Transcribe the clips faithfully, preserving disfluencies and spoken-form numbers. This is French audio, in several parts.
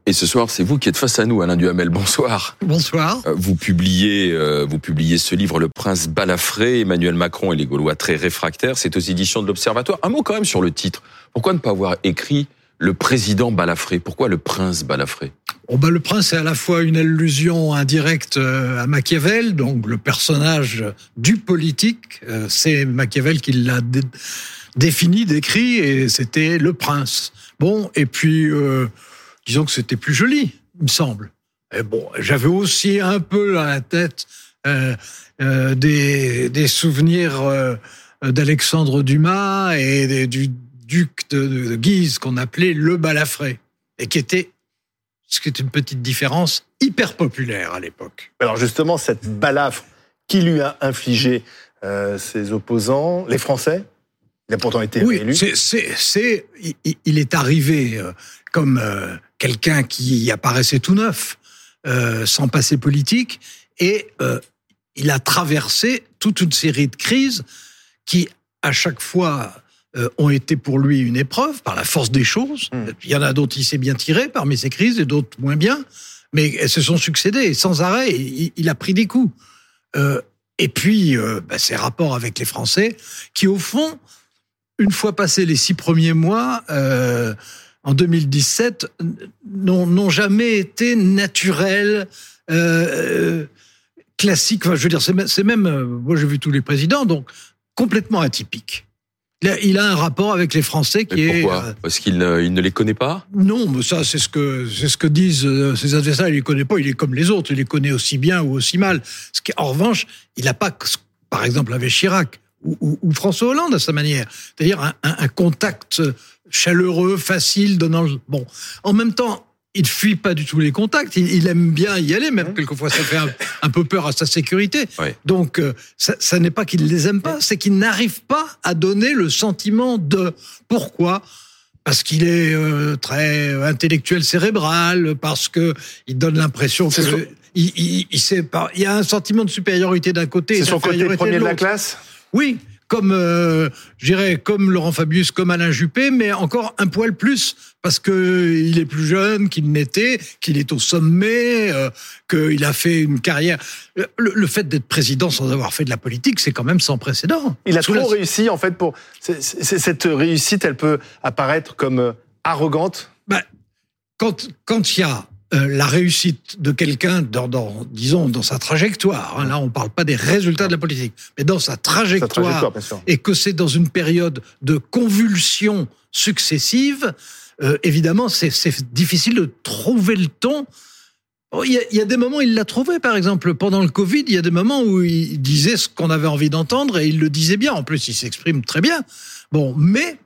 Et ce soir, c'est vous qui êtes face à nous, Alain Duhamel. Bonsoir. Bonsoir. Vous publiez, euh, vous publiez ce livre, Le Prince Balafré, Emmanuel Macron et les Gaulois très réfractaires. C'est aux éditions de l'Observatoire. Un mot quand même sur le titre. Pourquoi ne pas avoir écrit Le Président Balafré? Pourquoi Le Prince Balafré? Oh ben, le prince est à la fois une allusion indirecte à Machiavel, donc le personnage du politique. C'est Machiavel qui l'a dé- défini, décrit, et c'était le prince. Bon, et puis... Euh, disons que c'était plus joli, il me semble. Et bon, j'avais aussi un peu à la tête euh, euh, des, des souvenirs euh, d'Alexandre Dumas et des, du duc de, de Guise qu'on appelait le Balafré, et qui était, ce qui est une petite différence, hyper populaire à l'époque. Alors justement, cette balafre, qui lui a infligé euh, ses opposants, les Français? Il a pourtant été oui, réélu. c'est, c'est, c'est, il, il est arrivé euh, comme euh, quelqu'un qui apparaissait tout neuf, euh, sans passé politique, et euh, il a traversé toute une série de crises qui, à chaque fois, euh, ont été pour lui une épreuve, par la force des choses. Mmh. Il y en a d'autres, il s'est bien tiré parmi ces crises, et d'autres moins bien, mais elles se sont succédées, et sans arrêt, il, il a pris des coups. Euh, et puis, euh, bah, ses rapports avec les Français, qui, au fond... Une fois passés les six premiers mois, euh, en deux mille dix-sept, n'ont, n'ont jamais été naturels, euh, classiques. Enfin, je veux dire, c'est même, c'est même, moi j'ai vu tous les présidents, donc complètement atypique. Il a, il a un rapport avec les Français qui mais est... Pourquoi euh, Parce qu'il ne, il ne les connaît pas? Non, mais ça, c'est ce que, c'est ce que disent ses adversaires. Il les connaît pas, il est comme les autres. Il les connaît aussi bien ou aussi mal. Ce qui, en revanche, il n'a pas, par exemple, avec Chirac, Ou, ou, ou François Hollande à sa manière, c'est-à-dire un, un, un contact chaleureux, facile, donnant le... Bon, en même temps, il ne fuit pas du tout les contacts, il, il aime bien y aller, même quelquefois ça fait un, un peu peur à sa sécurité. Oui. Donc, euh, ça, ça n'est pas qu'il ne les aime pas, c'est qu'il n'arrive pas à donner le sentiment de... Pourquoi ? Parce qu'il est euh, très intellectuel cérébral, parce qu'il donne l'impression que... Son... Il, il, il, sait pas, il y a un sentiment de supériorité d'un côté c'est et son côté premier de, de la classe. Oui, comme, euh, je dirais, comme Laurent Fabius, comme Alain Juppé, mais encore un poil plus, parce qu'il est plus jeune qu'il n'était, qu'il est au sommet, euh, qu'il a fait une carrière. Le, le fait d'être président sans avoir fait de la politique, c'est quand même sans précédent. Il a Sous trop la... réussi, en fait, pour... C'est, c'est, cette réussite, elle peut apparaître comme arrogante. Ben, quand, quand il y a Euh, la réussite de quelqu'un dans, dans, disons, dans sa trajectoire. Hein, là, on ne parle pas des résultats de la politique, mais dans sa trajectoire, sa trajectoire bien sûr. Et que c'est dans une période de convulsions successives, euh, évidemment, c'est, c'est difficile de trouver le ton. Oh, il, y a, il y a des moments où il l'a trouvé, par exemple, pendant le Covid, il y a des moments où il disait ce qu'on avait envie d'entendre et il le disait bien. En plus, il s'exprime très bien. Bon, mais...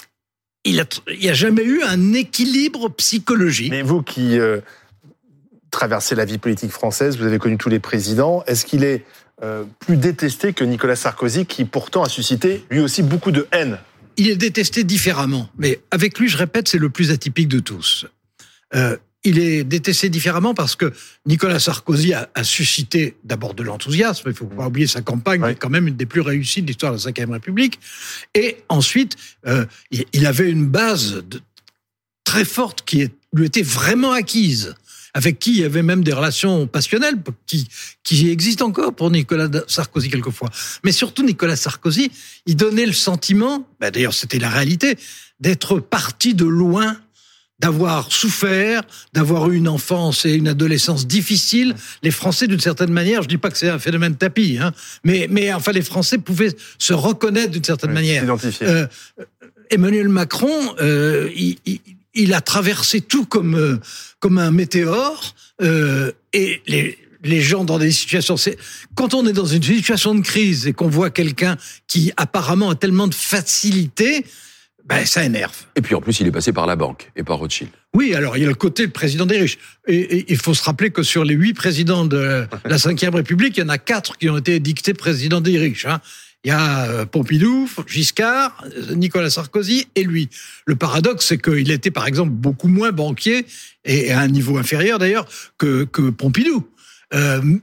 Il n'y a, a jamais eu un équilibre psychologique. Mais vous qui euh, traversez la vie politique française, vous avez connu tous les présidents, est-ce qu'il est euh, plus détesté que Nicolas Sarkozy, qui pourtant a suscité lui aussi beaucoup de haine? Il est détesté différemment, mais avec lui, je répète, c'est le plus atypique de tous. Euh, il est détesté différemment parce que Nicolas Sarkozy a, a suscité d'abord de l'enthousiasme, il ne faut pas oublier sa campagne, oui. Qui est quand même une des plus réussies de l'histoire de la cinquième République, et ensuite, euh, il, il avait une base de, très forte qui est, lui était vraiment acquise, avec qui il y avait même des relations passionnelles qui, qui existent encore pour Nicolas Sarkozy quelquefois. Mais surtout, Nicolas Sarkozy, il donnait le sentiment, ben d'ailleurs c'était la réalité, d'être parti de loin, d'avoir souffert, d'avoir eu une enfance et une adolescence difficiles. Les Français, d'une certaine manière, je dis pas que c'est un phénomène tapis, hein, mais, mais enfin, les Français pouvaient se reconnaître d'une certaine oui, manière. S'identifier. Euh, Emmanuel Macron, euh, il, il, il a traversé tout comme, euh, comme un météore, euh, et les, les gens dans des situations... C'est, quand on est dans une situation de crise et qu'on voit quelqu'un qui apparemment a tellement de facilité, ben, ça énerve. Et puis en plus, il est passé par la banque et par Rothschild. Oui, alors il y a le côté le président des riches. Et il faut se rappeler que sur les huit présidents de la cinquième République, il y en a quatre qui ont été édictés président des riches. Hein. Il y a Pompidou, Giscard, Nicolas Sarkozy et lui. Le paradoxe, c'est qu'il était par exemple beaucoup moins banquier, et à un niveau inférieur d'ailleurs, que, que Pompidou. Euh,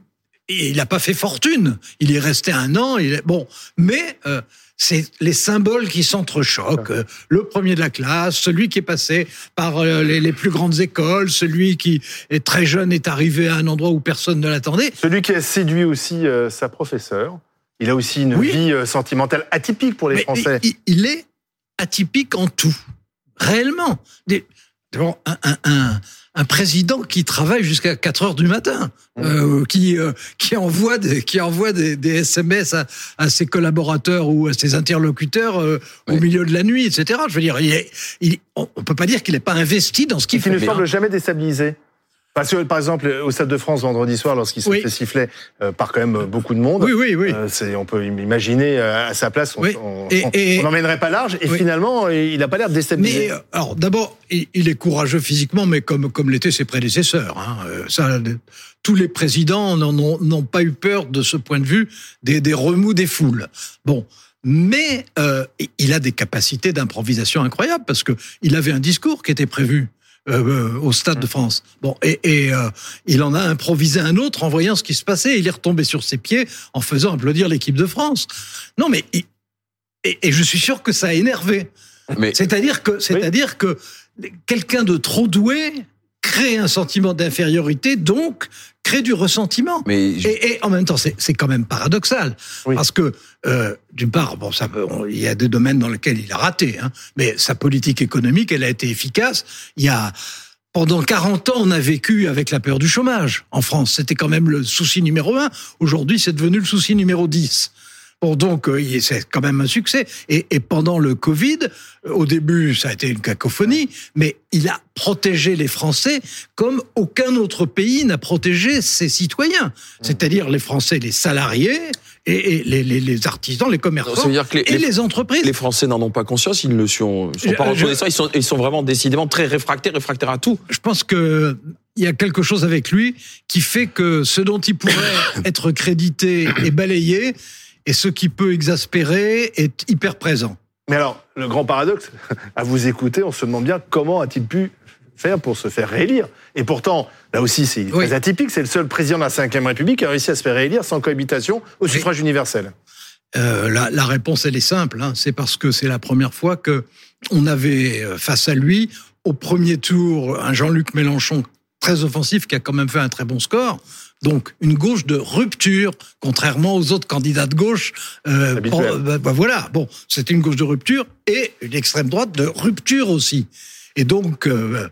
et il n'a pas fait fortune. Il est resté un an. Il est, bon, mais euh, c'est les symboles qui s'entrechoquent. Euh, le premier de la classe, celui qui est passé par euh, les, les plus grandes écoles, celui qui est très jeune est arrivé à un endroit où personne ne l'attendait. Celui qui a séduit aussi euh, sa professeure. Il a aussi une oui. vie euh, sentimentale atypique pour les mais Français. Il, il est atypique en tout, réellement. Des, un, un, un, un président qui travaille jusqu'à quatre heures du matin, mmh. euh, qui, euh, qui envoie, des, qui envoie des, des S M S à, à ses collaborateurs ou à ses interlocuteurs euh, oui. au milieu de la nuit, et cetera. Je veux dire, il est, il, on ne peut pas dire qu'il n'est pas investi dans ce qu'il fait. Il ne semble jamais déstabilisé. Parce que, par exemple, au Stade de France, vendredi soir, lorsqu'il se oui. fait siffler euh, par quand même beaucoup de monde, oui, oui, oui. Euh, c'est, on peut imaginer euh, à sa place, on oui. n'emmènerait pas large, et oui. finalement, il n'a pas l'air déstabilisé. Mais, alors, d'abord, il, il est courageux physiquement, mais comme, comme l'étaient ses prédécesseurs. Hein. Ça, tous les présidents n'ont, n'ont pas eu peur, de ce point de vue, des, des remous des foules. Bon. Mais euh, il a des capacités d'improvisation incroyables, parce que il avait un discours qui était prévu. Euh, au Stade de France. Bon, et, et euh, il en a improvisé un autre en voyant ce qui se passait. Il est retombé sur ses pieds en faisant applaudir l'équipe de France. Non, mais il, et, et je suis sûr que ça a énervé. Mais c'est-à-dire que, c'est-à-dire oui. que quelqu'un de trop doué crée un sentiment d'infériorité, donc crée du ressentiment. Mais je... et, et en même temps, c'est, c'est quand même paradoxal, oui. parce que euh, d'une part, bon, ça, on, il y a des domaines dans lesquels il a raté, hein, mais sa politique économique, elle a été efficace. Il y a pendant quarante ans, on a vécu avec la peur du chômage en France. C'était quand même le souci numéro un. Aujourd'hui, c'est devenu le souci numéro dix. Bon, donc, c'est quand même un succès. Et, et pendant le Covid, au début, ça a été une cacophonie, mais il a protégé les Français comme aucun autre pays n'a protégé ses citoyens. C'est-à-dire les Français, les salariés, et, et les, les, les artisans, les commerçants, ça veut dire que les, et les, les entreprises. Les Français n'en ont pas conscience, ils ne sont, sont pas reconnaissants, ils sont, ils sont vraiment décidément très réfractaires, réfractaires à tout. Je pense que il y a quelque chose avec lui qui fait que ce dont il pourrait être crédité est balayé, et ce qui peut exaspérer est hyper présent. Mais alors, le grand paradoxe, à vous écouter, on se demande bien comment a-t-il pu faire pour se faire réélire. Et pourtant, là aussi, c'est très oui. atypique, c'est le seul président de la cinquième République qui a réussi à se faire réélire sans cohabitation au suffrage oui. universel. Euh, la, la réponse, elle est simple. Hein. C'est parce que c'est la première fois qu'on avait face à lui, au premier tour, un Jean-Luc Mélenchon très offensif qui a quand même fait un très bon score. Donc, une gauche de rupture, contrairement aux autres candidats de gauche. Euh, pour, bah, bah, voilà, bon, c'était une gauche de rupture et une extrême droite de rupture aussi. Et donc, euh,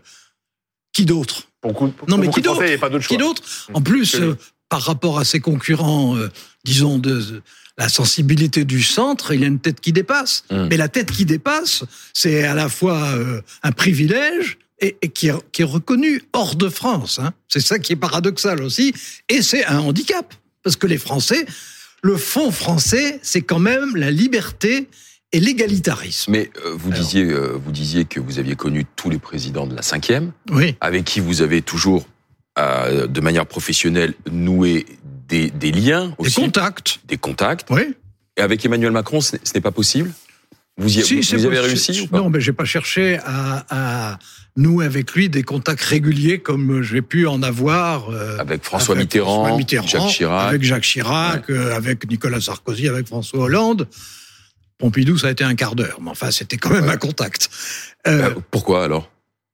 qui d'autre Beaucoup, pour Non, mais qui d'autre, Français, pas d'autre choix. Qui d'autre En plus, euh, par rapport à ses concurrents, euh, disons, de, de la sensibilité du centre, il a une tête qui dépasse. Mmh. Mais la tête qui dépasse, c'est à la fois euh, un privilège, et, et qui, est, qui est reconnu hors de France. Hein. C'est ça qui est paradoxal aussi. Et c'est un handicap. Parce que les Français, le fond français, c'est quand même la liberté et l'égalitarisme. Mais euh, vous, Alors, disiez, euh, vous disiez que vous aviez connu tous les présidents de la cinquième, oui. avec qui vous avez toujours, euh, de manière professionnelle, noué des, des liens aussi. Des contacts. Des contacts. Oui. Et avec Emmanuel Macron, ce n'est pas possible ? Vous, y, si, vous, vous avez réussi ou pas ? Non, mais j'ai pas cherché à, à nouer avec lui des contacts réguliers comme j'ai pu en avoir euh, avec François, avec Mitterrand, François Mitterrand, Jacques Chirac, avec Jacques Chirac, ouais. euh, avec Nicolas Sarkozy, avec François Hollande. Pompidou, ça a été un quart d'heure, mais enfin, c'était quand même ouais. un contact. Euh, euh, pourquoi alors ?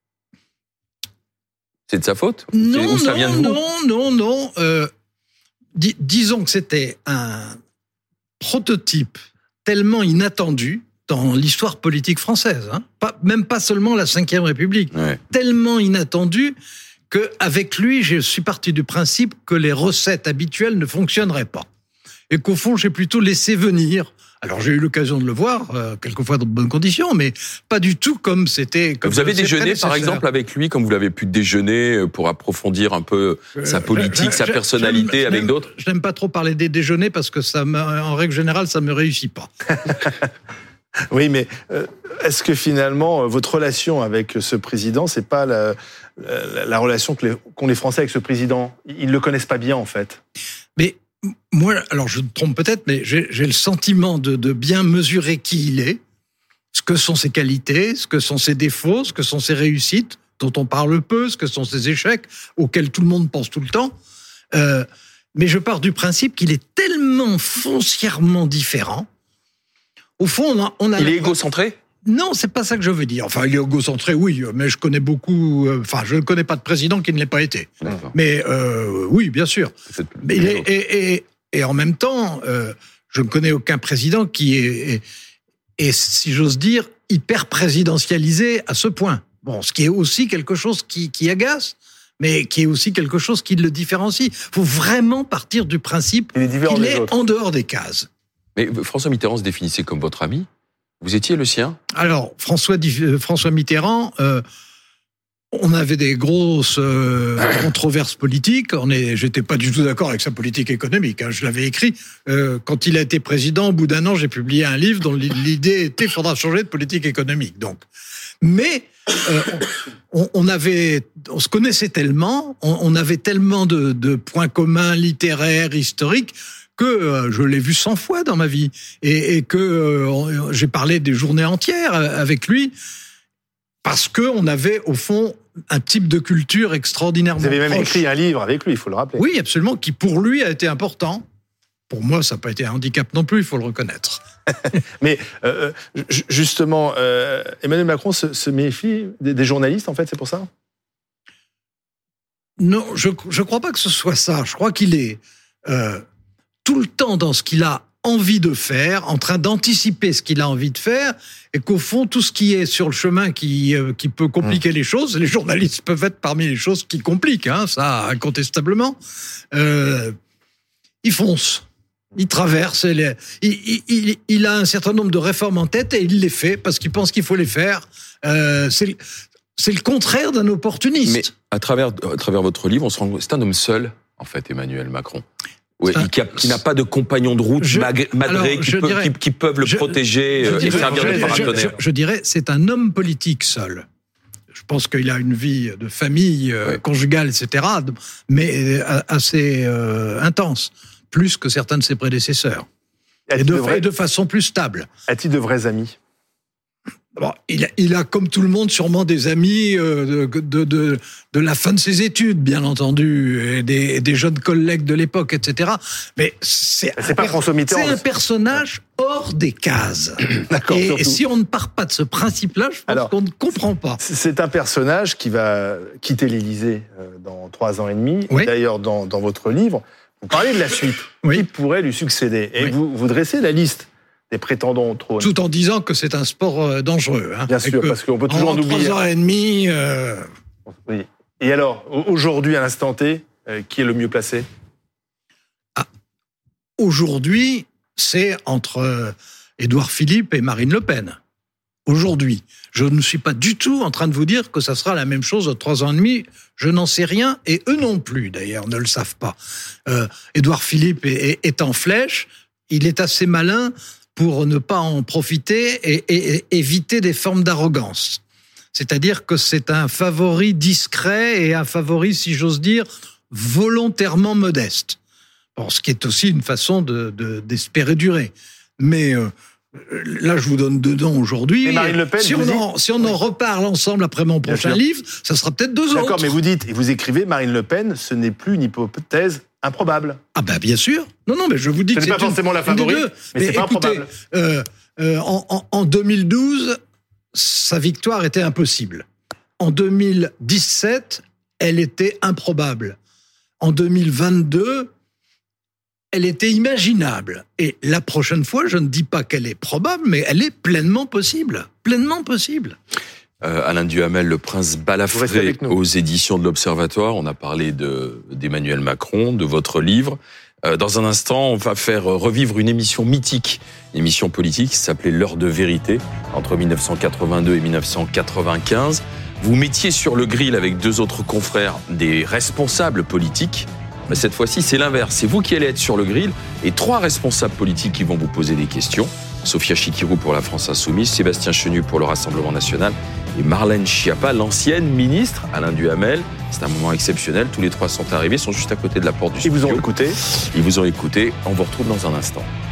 C'est de sa faute ? Non, ça non, vient de vous ? non, non, non. Euh, dis, disons que c'était un prototype tellement inattendu dans l'histoire politique française, hein. Pas, même pas seulement la cinquième République, ouais. tellement inattendu qu'avec lui, je suis parti du principe que les recettes habituelles ne fonctionneraient pas. Et qu'au fond, j'ai plutôt laissé venir. Alors, j'ai eu l'occasion de le voir, euh, quelquefois dans de bonnes conditions, mais pas du tout comme c'était... Comme vous avez déjeuné, par exemple, avec lui, comme vous l'avez pu déjeuner pour approfondir un peu euh, sa politique, euh, sa personnalité avec d'autres ? Je n'aime pas trop parler des déjeuners parce que, ça me, en règle générale, ça ne me réussit pas. Oui, mais euh, est-ce que finalement, votre relation avec ce président, c'est pas la, la, la relation que les, qu'ont les Français avec ce président ? Ils le connaissent pas bien, en fait. Mais moi, alors je me trompe peut-être, mais j'ai, j'ai le sentiment de, de bien mesurer qui il est, ce que sont ses qualités, ce que sont ses défauts, ce que sont ses réussites, dont on parle peu, ce que sont ses échecs, auxquels tout le monde pense tout le temps. Euh, mais je pars du principe qu'il est tellement foncièrement différent. Au fond, on a... On a il est égocentré ? Non, c'est pas ça que je veux dire. Enfin, il est égocentré, oui, mais je connais beaucoup... Euh, enfin, je ne connais pas de président qui ne l'ait pas été. D'accord. Mais euh, oui, bien sûr. Mais il est, et, et, et en même temps, euh, je ne connais aucun président qui est, est, est, si j'ose dire, hyper présidentialisé à ce point. Bon, ce qui est aussi quelque chose qui, qui agace, mais qui est aussi quelque chose qui le différencie. Il faut vraiment partir du principe qu'il est en dehors des cases. Mais François Mitterrand se définissait comme votre ami. Vous étiez le sien ? Alors, François, François Mitterrand, euh, on avait des grosses euh, controverses politiques. On est, j'étais pas du tout d'accord avec sa politique économique. Hein, je l'avais écrit. Euh, quand il a été président, au bout d'un an, j'ai publié un livre dont l'idée était qu'il faudra changer de politique économique. Donc, mais euh, on, on avait, on se connaissait tellement, on, on avait tellement de, de points communs littéraires, historiques, que euh, je l'ai vu cent fois dans ma vie et, et que euh, j'ai parlé des journées entières avec lui parce que on avait au fond un type de culture extraordinairement proche. Vous avez même écrit un livre avec lui, il faut le rappeler. Oui, absolument, qui pour lui a été important. Pour moi, ça n'a pas été un handicap non plus, il faut le reconnaître. Mais euh, justement, euh, Emmanuel Macron se, se méfie des, des journalistes, en fait, c'est pour ça ? Non, je ne crois pas que ce soit ça. Je crois qu'il est euh, tout le temps dans ce qu'il a envie de faire, en train d'anticiper ce qu'il a envie de faire, et qu'au fond, tout ce qui est sur le chemin qui, euh, qui peut compliquer mmh. les choses, les journalistes peuvent être parmi les choses qui compliquent, hein, ça, incontestablement. Euh, il fonce. Il traverse, il, il, il, il a un certain nombre de réformes en tête et il les fait parce qu'il pense qu'il faut les faire. Euh, c'est, c'est le contraire d'un opportuniste. Mais à travers, à travers votre livre, on se rend compte c'est un homme seul, en fait, Emmanuel Macron. Oui, un, qui, a, qui n'a pas de compagnon de route je, madré alors, qui, peut, dirais, qui, qui peuvent le je, protéger je, et je, servir je, de paratonnerre. Je, je, je dirais, c'est un homme politique seul. Je pense qu'il a une vie de famille, euh, ouais. conjugale, et cetera, mais assez euh, intense. Plus que certains de ses prédécesseurs. Et de, de vrais... et de façon plus stable. A-t-il de vrais amis ? Bon, il, a, il a, comme tout le monde, sûrement des amis euh, de, de, de, de la fin de ses études, bien entendu, et des, et des jeunes collègues de l'époque, et cetera. Mais c'est, c'est, un, pas François Mitterrand, c'est un personnage hors des cases. D'accord, et, et si on ne part pas de ce principe-là, je pense Alors, qu'on ne comprend pas. C'est un personnage qui va quitter l'Élysée dans trois ans et demi. Oui. D'ailleurs, dans, dans votre livre, vous parlez de la suite, oui. qui pourrait lui succéder. Et oui. vous, vous dressez la liste des prétendants au trône. Tout en disant que c'est un sport dangereux. Hein, Bien sûr, parce qu'on peut toujours en, en oublier. trois ans et demi... Euh... Oui. Et alors, aujourd'hui, à l'instant T, euh, qui est le mieux placé ? ah, Aujourd'hui, c'est entre Édouard Philippe et Marine Le Pen. Aujourd'hui. Je ne suis pas du tout en train de vous dire que ça sera la même chose dans trois ans et demi. Je n'en sais rien, et eux non plus, d'ailleurs, ne le savent pas. Euh, Édouard Philippe est, est, est en flèche. Il est assez malin pour ne pas en profiter et, et, et éviter des formes d'arrogance. C'est-à-dire que c'est un favori discret et un favori, si j'ose dire, volontairement modeste. Bon, ce qui est aussi une façon de, de, d'espérer durer. Mais... Euh, Là, je vous donne deux noms aujourd'hui. Marine Le Pen, si, on en, si on en reparle ensemble après mon prochain livre, ça sera peut-être deux D'accord, autres. D'accord, mais vous dites, et vous écrivez, Marine Le Pen, ce n'est plus une hypothèse improbable. Ah ben, bien sûr. Non, non, mais je vous dis ce que c'est pas une, forcément la favorite, mais, mais c'est pas écoutez, improbable. Euh, euh, en, en, en deux mille douze, sa victoire était impossible. En deux mille dix-sept, elle était improbable. En deux mille vingt-deux, elle était imaginable. Et la prochaine fois, je ne dis pas qu'elle est probable, mais elle est pleinement possible. Pleinement possible. Euh, Alain Duhamel, Le Prince Balafré, aux éditions de l'Observatoire. On a parlé de, d'Emmanuel Macron, de votre livre. Euh, dans un instant, on va faire revivre une émission mythique, une émission politique qui s'appelait L'heure de vérité, entre dix-neuf cent quatre-vingt-deux et dix-neuf cent quatre-vingt-quinze. Vous mettiez sur le grill avec deux autres confrères des responsables politiques. Mais cette fois-ci, c'est l'inverse. C'est vous qui allez être sur le grill et trois responsables politiques qui vont vous poser des questions. Sophia Chikirou pour la France Insoumise, Sébastien Chenu pour le Rassemblement National et Marlène Schiappa, l'ancienne ministre, Alain Duhamel. C'est un moment exceptionnel. Tous les trois sont arrivés, sont juste à côté de la porte du studio. Ils vous ont écouté. Ils vous ont écouté. On vous retrouve dans un instant.